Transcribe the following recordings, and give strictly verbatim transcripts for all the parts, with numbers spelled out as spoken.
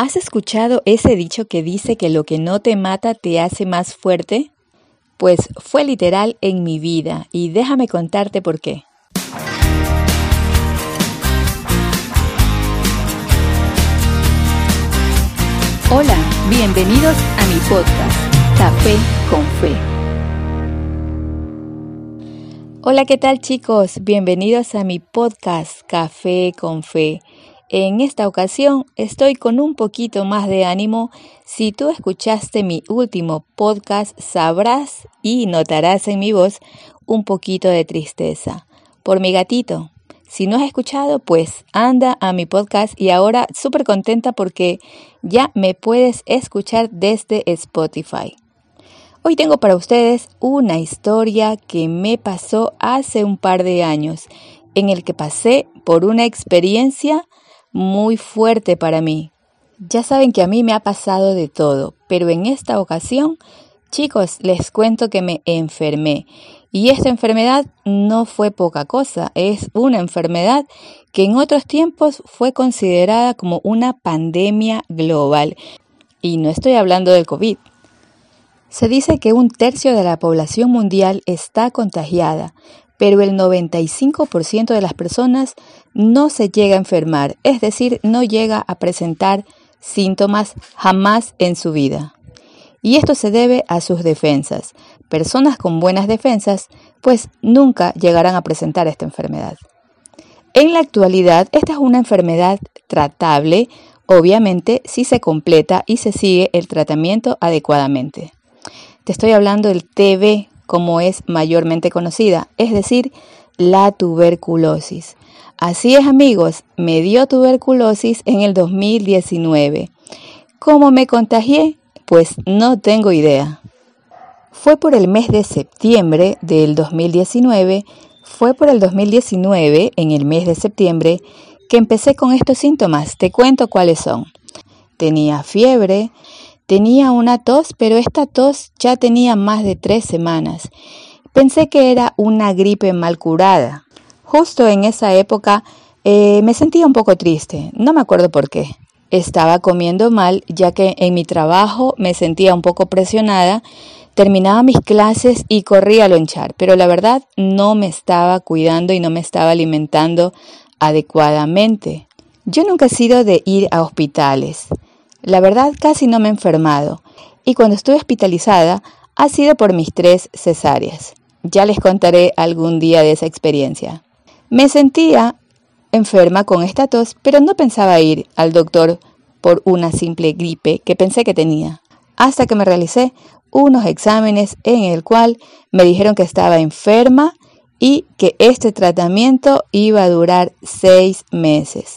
¿Has escuchado ese dicho que dice que lo que no te mata te hace más fuerte? Pues fue literal en mi vida y déjame contarte por qué. Hola, bienvenidos a mi podcast, Café con Fe. Hola, ¿qué tal chicos? Bienvenidos a mi podcast, Café con Fe. En esta ocasión estoy con un poquito más de ánimo. Si tú escuchaste mi último podcast, sabrás y notarás en mi voz un poquito de tristeza por mi gatito. Si no has escuchado, pues anda a mi podcast y ahora súper contenta porque ya me puedes escuchar desde Spotify. Hoy tengo para ustedes una historia que me pasó hace un par de años, en el que pasé por una experiencia muy fuerte para mí. Ya saben que a mí me ha pasado de todo, pero en esta ocasión, chicos, les cuento que me enfermé. Y esta enfermedad no fue poca cosa, es una enfermedad que en otros tiempos fue considerada como una pandemia global. Y no estoy hablando del COVID. Se dice que un tercio de la población mundial está contagiada, pero el noventa y cinco por ciento de las personas no se llega a enfermar, es decir, no llega a presentar síntomas jamás en su vida. Y esto se debe a sus defensas. Personas con buenas defensas, pues nunca llegarán a presentar esta enfermedad. En la actualidad, esta es una enfermedad tratable, obviamente, si se completa y se sigue el tratamiento adecuadamente. Te estoy hablando del T B, como es mayormente conocida, es decir, la tuberculosis. Así es, amigos, me dio tuberculosis en el dos mil diecinueve. ¿Cómo me contagié? Pues no tengo idea. Fue por el mes de septiembre del dos mil diecinueve, fue por el dos mil diecinueve, en el mes de septiembre, que empecé con estos síntomas. Te cuento cuáles son. Tenía fiebre, tenía una tos, pero esta tos ya tenía más de tres semanas. Pensé que era una gripe mal curada. Justo en esa época eh, me sentía un poco triste, no me acuerdo por qué. Estaba comiendo mal, ya que en mi trabajo me sentía un poco presionada. Terminaba mis clases y corría a lonchar, pero la verdad no me estaba cuidando y no me estaba alimentando adecuadamente. Yo nunca he sido de ir a hospitales. La verdad casi no me he enfermado. Y cuando estuve hospitalizada ha sido por mis tres cesáreas. Ya les contaré algún día de esa experiencia. Me sentía enferma con esta tos, pero no pensaba ir al doctor por una simple gripe que pensé que tenía. Hasta que me realicé unos exámenes en el cual me dijeron que estaba enferma y que este tratamiento iba a durar seis meses.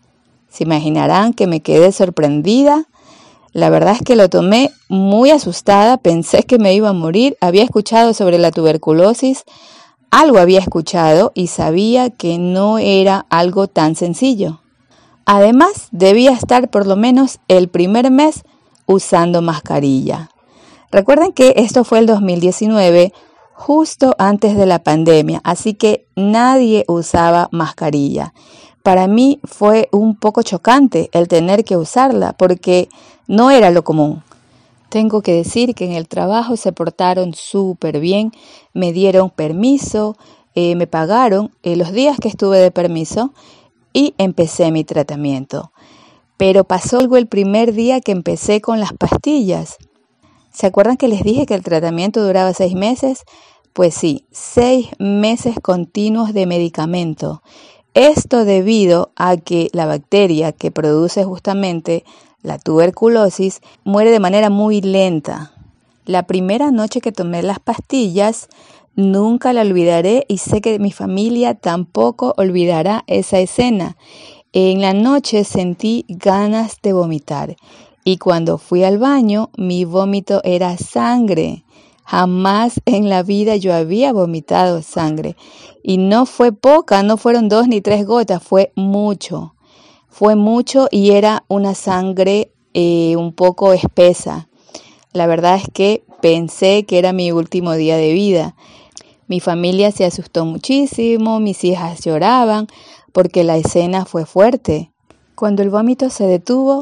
Se imaginarán que me quedé sorprendida. La verdad es que lo tomé muy asustada, pensé que me iba a morir. Había escuchado sobre la tuberculosis, algo había escuchado y sabía que no era algo tan sencillo. Además, debía estar por lo menos el primer mes usando mascarilla. Recuerden que esto fue el dos mil diecinueve, justo antes de la pandemia, así que nadie usaba mascarilla. Para mí fue un poco chocante el tener que usarla porque no era lo común. Tengo que decir que en el trabajo se portaron súper bien, me dieron permiso, eh, me pagaron eh, los días que estuve de permiso y empecé mi tratamiento. Pero pasó algo el primer día que empecé con las pastillas. ¿Se acuerdan que les dije que el tratamiento duraba seis meses? Pues sí, seis meses continuos de medicamento. Esto debido a que la bacteria que produce justamente la tuberculosis muere de manera muy lenta. La primera noche que tomé las pastillas nunca la olvidaré y sé que mi familia tampoco olvidará esa escena. En la noche sentí ganas de vomitar y cuando fui al baño mi vómito era sangre. Jamás en la vida yo había vomitado sangre y no fue poca, no fueron dos ni tres gotas, fue mucho. Fue mucho y era una sangre eh, un poco espesa. La verdad es que pensé que era mi último día de vida. Mi familia se asustó muchísimo, mis hijas lloraban porque la escena fue fuerte. Cuando el vómito se detuvo,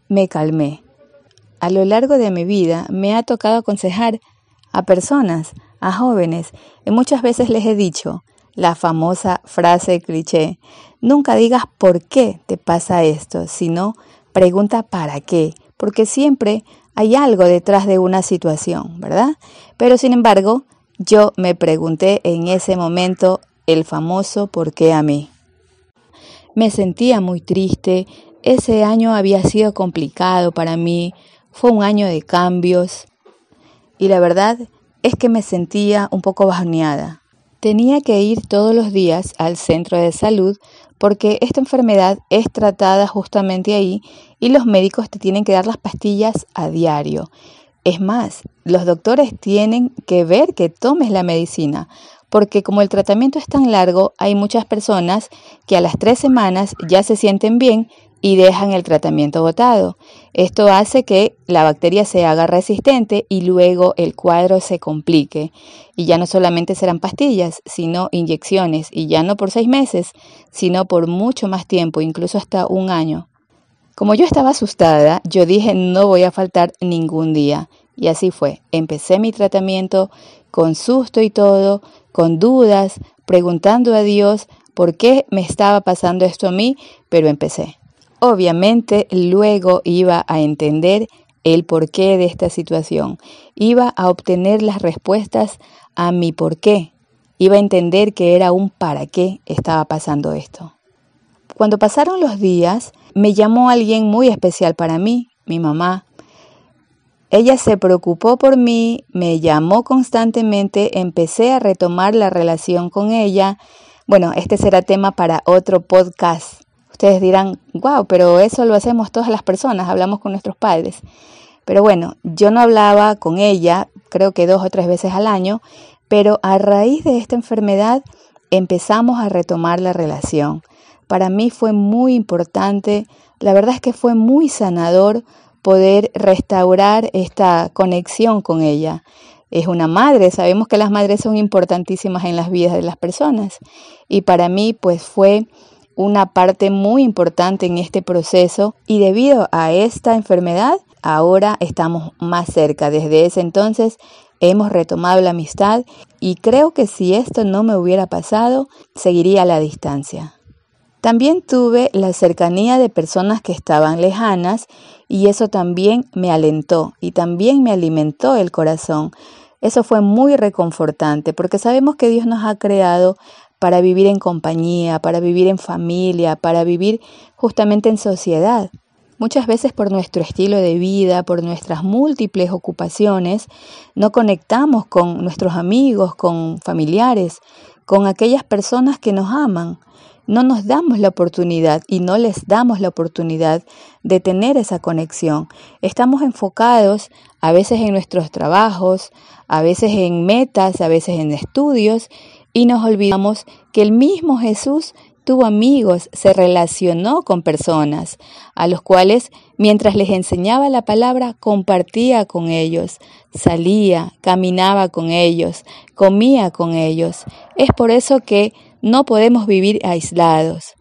me calmé. A lo largo de mi vida me ha tocado aconsejar a personas, a jóvenes, y muchas veces les he dicho la famosa frase cliché: nunca digas por qué te pasa esto, sino pregunta para qué, porque siempre hay algo detrás de una situación, ¿verdad? Pero sin embargo, yo me pregunté en ese momento el famoso ¿por qué a mí? Me sentía muy triste, ese año había sido complicado para mí, fue un año de cambios y la verdad es que me sentía un poco bajoneada. Tenía que ir todos los días al centro de salud porque esta enfermedad es tratada justamente ahí y los médicos te tienen que dar las pastillas a diario. Es más, los doctores tienen que ver que tomes la medicina, porque como el tratamiento es tan largo, hay muchas personas que a las tres semanas ya se sienten bien y dejan el tratamiento botado. Esto hace que la bacteria se haga resistente y luego el cuadro se complique. Y ya no solamente serán pastillas, sino inyecciones, y ya no por seis meses, sino por mucho más tiempo, incluso hasta un año. Como yo estaba asustada, yo dije no voy a faltar ningún día. Y así fue. Empecé mi tratamiento con susto y todo, con dudas, preguntando a Dios por qué me estaba pasando esto a mí, pero empecé. Obviamente luego iba a entender el porqué de esta situación. Iba a obtener las respuestas a mi porqué. Iba a entender que era un para qué estaba pasando esto. Cuando pasaron los días, me llamó alguien muy especial para mí, mi mamá. Ella se preocupó por mí, me llamó constantemente, empecé a retomar la relación con ella. Bueno, este será tema para otro podcast. Ustedes dirán, wow, pero eso lo hacemos todas las personas, hablamos con nuestros padres. Pero bueno, yo no hablaba con ella, creo que dos o tres veces al año, pero a raíz de esta enfermedad empezamos a retomar la relación. Para mí fue muy importante, la verdad es que fue muy sanador poder restaurar esta conexión con ella. Es una madre, sabemos que las madres son importantísimas en las vidas de las personas y para mí pues fue una parte muy importante en este proceso y debido a esta enfermedad ahora estamos más cerca. Desde ese entonces hemos retomado la amistad y creo que si esto no me hubiera pasado, seguiría a la distancia. También tuve la cercanía de personas que estaban lejanas y eso también me alentó y también me alimentó el corazón. Eso fue muy reconfortante porque sabemos que Dios nos ha creado para vivir en compañía, para vivir en familia, para vivir justamente en sociedad. Muchas veces por nuestro estilo de vida, por nuestras múltiples ocupaciones, no conectamos con nuestros amigos, con familiares, con aquellas personas que nos aman. No nos damos la oportunidad y no les damos la oportunidad de tener esa conexión. Estamos enfocados a veces en nuestros trabajos, a veces en metas, a veces en estudios y nos olvidamos que el mismo Jesús tuvo amigos, se relacionó con personas a los cuales mientras les enseñaba la palabra compartía con ellos, salía, caminaba con ellos, comía con ellos. Es por eso que no podemos vivir aislados.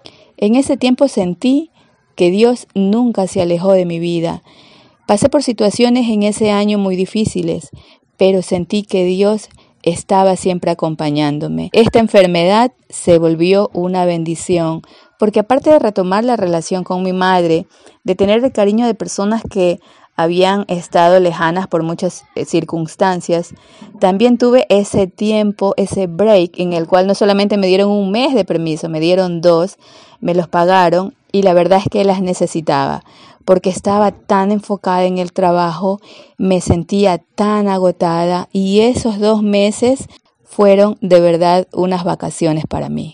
En ese tiempo sentí que Dios nunca se alejó de mi vida. Pasé por situaciones en ese año muy difíciles, pero sentí que Dios estaba siempre acompañándome. Esta enfermedad se volvió una bendición, porque aparte de retomar la relación con mi madre, de tener el cariño de personas que habían estado lejanas por muchas circunstancias, también tuve ese tiempo, ese break en el cual no solamente me dieron un mes de permiso, me dieron dos, me los pagaron y la verdad es que las necesitaba porque estaba tan enfocada en el trabajo, me sentía tan agotada y esos dos meses fueron de verdad unas vacaciones para mí.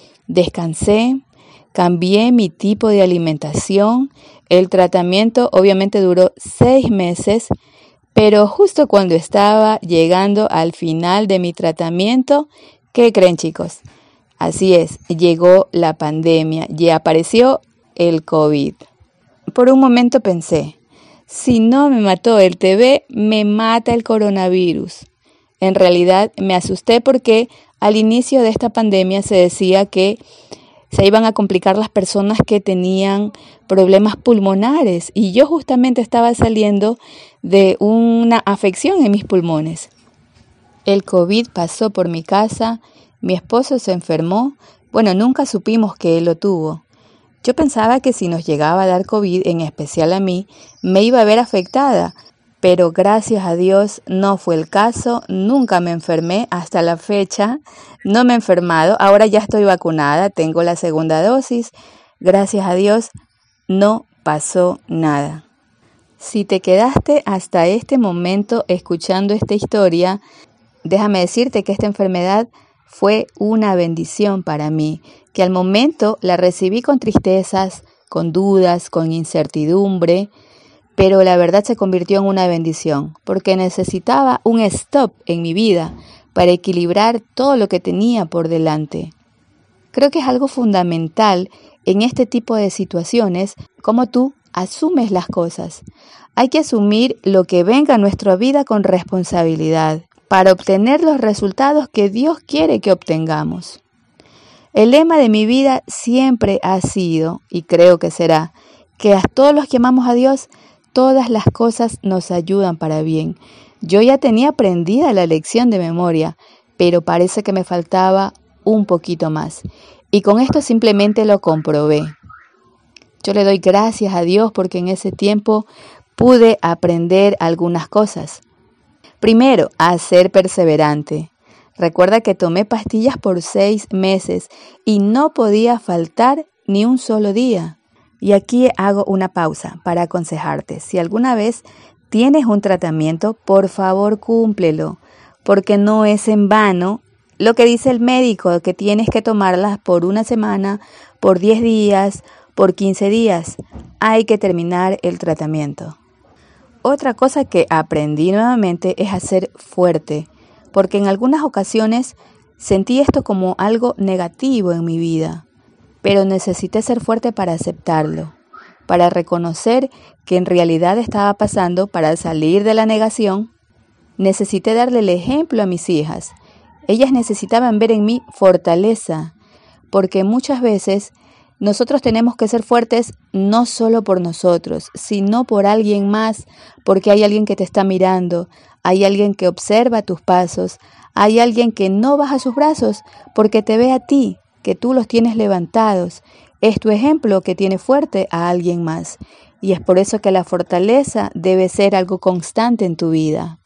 Descansé, cambié mi tipo de alimentación. El tratamiento obviamente duró seis meses, pero justo cuando estaba llegando al final de mi tratamiento, ¿qué creen, chicos? Así es, llegó la pandemia y apareció el COVID. Por un momento pensé, si no me mató el T B, me mata el coronavirus. En realidad me asusté porque al inicio de esta pandemia se decía que Se iban a complicar las personas que tenían problemas pulmonares y yo justamente estaba saliendo de una afección en mis pulmones. El COVID pasó por mi casa, mi esposo se enfermó, bueno, nunca supimos que él lo tuvo. Yo pensaba que si nos llegaba a dar COVID, en especial a mí, me iba a ver afectada, pero gracias a Dios no fue el caso, nunca me enfermé hasta la fecha, no me he enfermado, ahora ya estoy vacunada, tengo la segunda dosis, gracias a Dios no pasó nada. Si te quedaste hasta este momento escuchando esta historia, déjame decirte que esta enfermedad fue una bendición para mí, que al momento la recibí con tristezas, con dudas, con incertidumbre, pero la verdad se convirtió en una bendición, porque necesitaba un stop en mi vida para equilibrar todo lo que tenía por delante. Creo que es algo fundamental en este tipo de situaciones, cómo tú asumes las cosas. Hay que asumir lo que venga a nuestra vida con responsabilidad para obtener los resultados que Dios quiere que obtengamos. El lema de mi vida siempre ha sido, y creo que será, que a todos los que amamos a Dios, todas las cosas nos ayudan para bien. Yo ya tenía aprendida la lección de memoria, pero parece que me faltaba un poquito más. Y con esto simplemente lo comprobé. Yo le doy gracias a Dios porque en ese tiempo pude aprender algunas cosas. Primero, a ser perseverante. Recuerda que tomé pastillas por seis meses y no podía faltar ni un solo día. Y aquí hago una pausa para aconsejarte. Si alguna vez tienes un tratamiento, por favor cúmplelo, porque no es en vano lo que dice el médico, que tienes que tomarlas por una semana, por diez días, por quince días. Hay que terminar el tratamiento. Otra cosa que aprendí nuevamente es a ser fuerte, porque en algunas ocasiones sentí esto como algo negativo en mi vida. Pero necesité ser fuerte para aceptarlo, para reconocer que en realidad estaba pasando, para salir de la negación. Necesité darle el ejemplo a mis hijas. Ellas necesitaban ver en mí fortaleza, porque muchas veces nosotros tenemos que ser fuertes no solo por nosotros, sino por alguien más, porque hay alguien que te está mirando, hay alguien que observa tus pasos, hay alguien que no baja sus brazos porque te ve a ti, que tú los tienes levantados. Es tu ejemplo que tiene fuerte a alguien más. Y es por eso que la fortaleza debe ser algo constante en tu vida.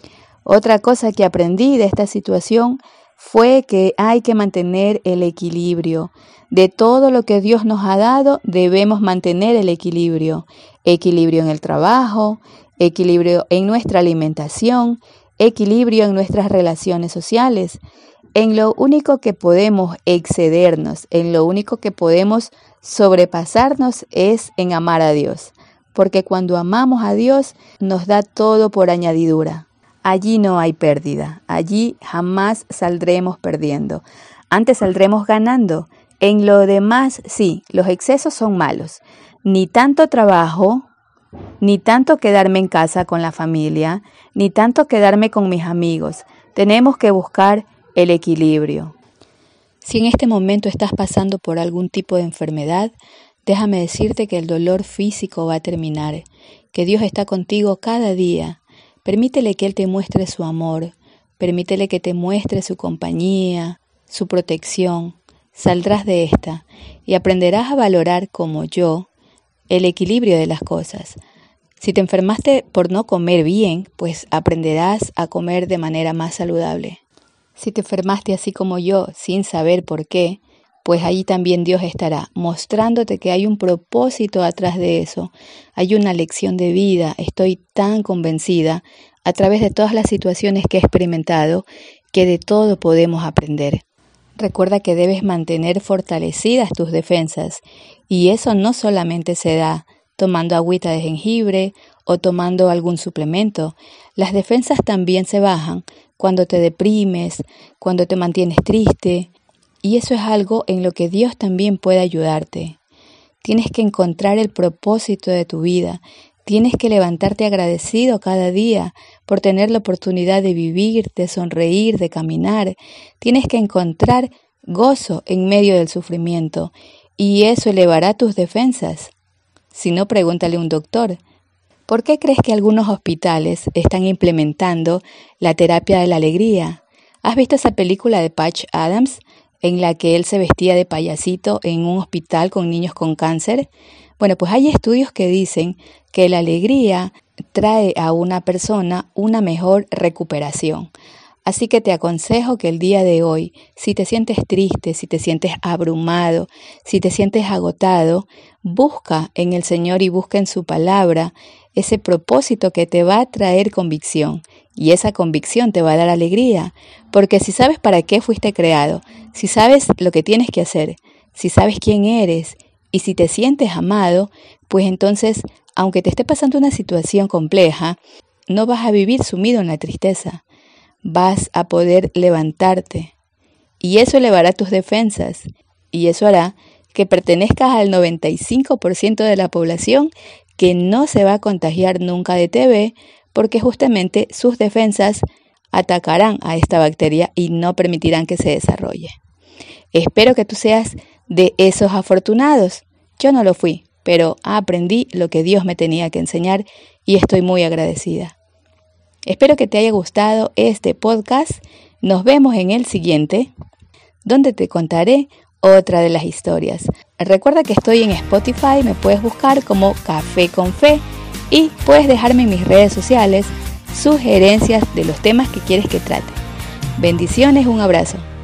Otra cosa que aprendí de esta situación fue que hay que mantener el equilibrio. De todo lo que Dios nos ha dado, debemos mantener el equilibrio. Equilibrio en el trabajo, equilibrio en nuestra alimentación, equilibrio en nuestras relaciones sociales. En lo único que podemos excedernos, en lo único que podemos sobrepasarnos es en amar a Dios. Porque cuando amamos a Dios, nos da todo por añadidura. Allí no hay pérdida, allí jamás saldremos perdiendo. Antes saldremos ganando. En lo demás, sí, los excesos son malos. Ni tanto trabajo, ni tanto quedarme en casa con la familia, ni tanto quedarme con mis amigos. Tenemos que buscar el equilibrio. Si en este momento estás pasando por algún tipo de enfermedad, déjame decirte que el dolor físico va a terminar, que Dios está contigo cada día. Permítele que Él te muestre su amor, permítele que te muestre su compañía, su protección. Saldrás de esta y aprenderás a valorar como yo el equilibrio de las cosas. Si te enfermaste por no comer bien, pues aprenderás a comer de manera más saludable. Si te enfermaste así como yo, sin saber por qué, pues allí también Dios estará, mostrándote que hay un propósito atrás de eso. Hay una lección de vida, estoy tan convencida, a través de todas las situaciones que he experimentado, que de todo podemos aprender. Recuerda que debes mantener fortalecidas tus defensas, y eso no solamente se da tomando agüita de jengibre o tomando algún suplemento. Las defensas también se bajan cuando te deprimes, cuando te mantienes triste, y eso es algo en lo que Dios también puede ayudarte. Tienes que encontrar el propósito de tu vida, tienes que levantarte agradecido cada día por tener la oportunidad de vivir, de sonreír, de caminar. Tienes que encontrar gozo en medio del sufrimiento, y eso elevará tus defensas. Si no, pregúntale a un doctor. ¿Por qué crees que algunos hospitales están implementando la terapia de la alegría? ¿Has visto esa película de Patch Adams en la que él se vestía de payasito en un hospital con niños con cáncer? Bueno, pues hay estudios que dicen que la alegría trae a una persona una mejor recuperación. Así que te aconsejo que el día de hoy, si te sientes triste, si te sientes abrumado, si te sientes agotado, busca en el Señor y busca en su palabra ese propósito que te va a traer convicción. Y esa convicción te va a dar alegría, porque si sabes para qué fuiste creado, si sabes lo que tienes que hacer, si sabes quién eres y si te sientes amado, pues entonces, aunque te esté pasando una situación compleja, no vas a vivir sumido en la tristeza. Vas a poder levantarte y eso elevará tus defensas y eso hará que pertenezcas al noventa y cinco por ciento de la población que no se va a contagiar nunca de T B porque justamente sus defensas atacarán a esta bacteria y no permitirán que se desarrolle. Espero que tú seas de esos afortunados. Yo no lo fui, pero aprendí lo que Dios me tenía que enseñar y estoy muy agradecida. Espero que te haya gustado este podcast. Nos vemos en el siguiente, donde te contaré otra de las historias. Recuerda que estoy en Spotify, me puedes buscar como Café con Fe y puedes dejarme en mis redes sociales sugerencias de los temas que quieres que trate. Bendiciones, un abrazo.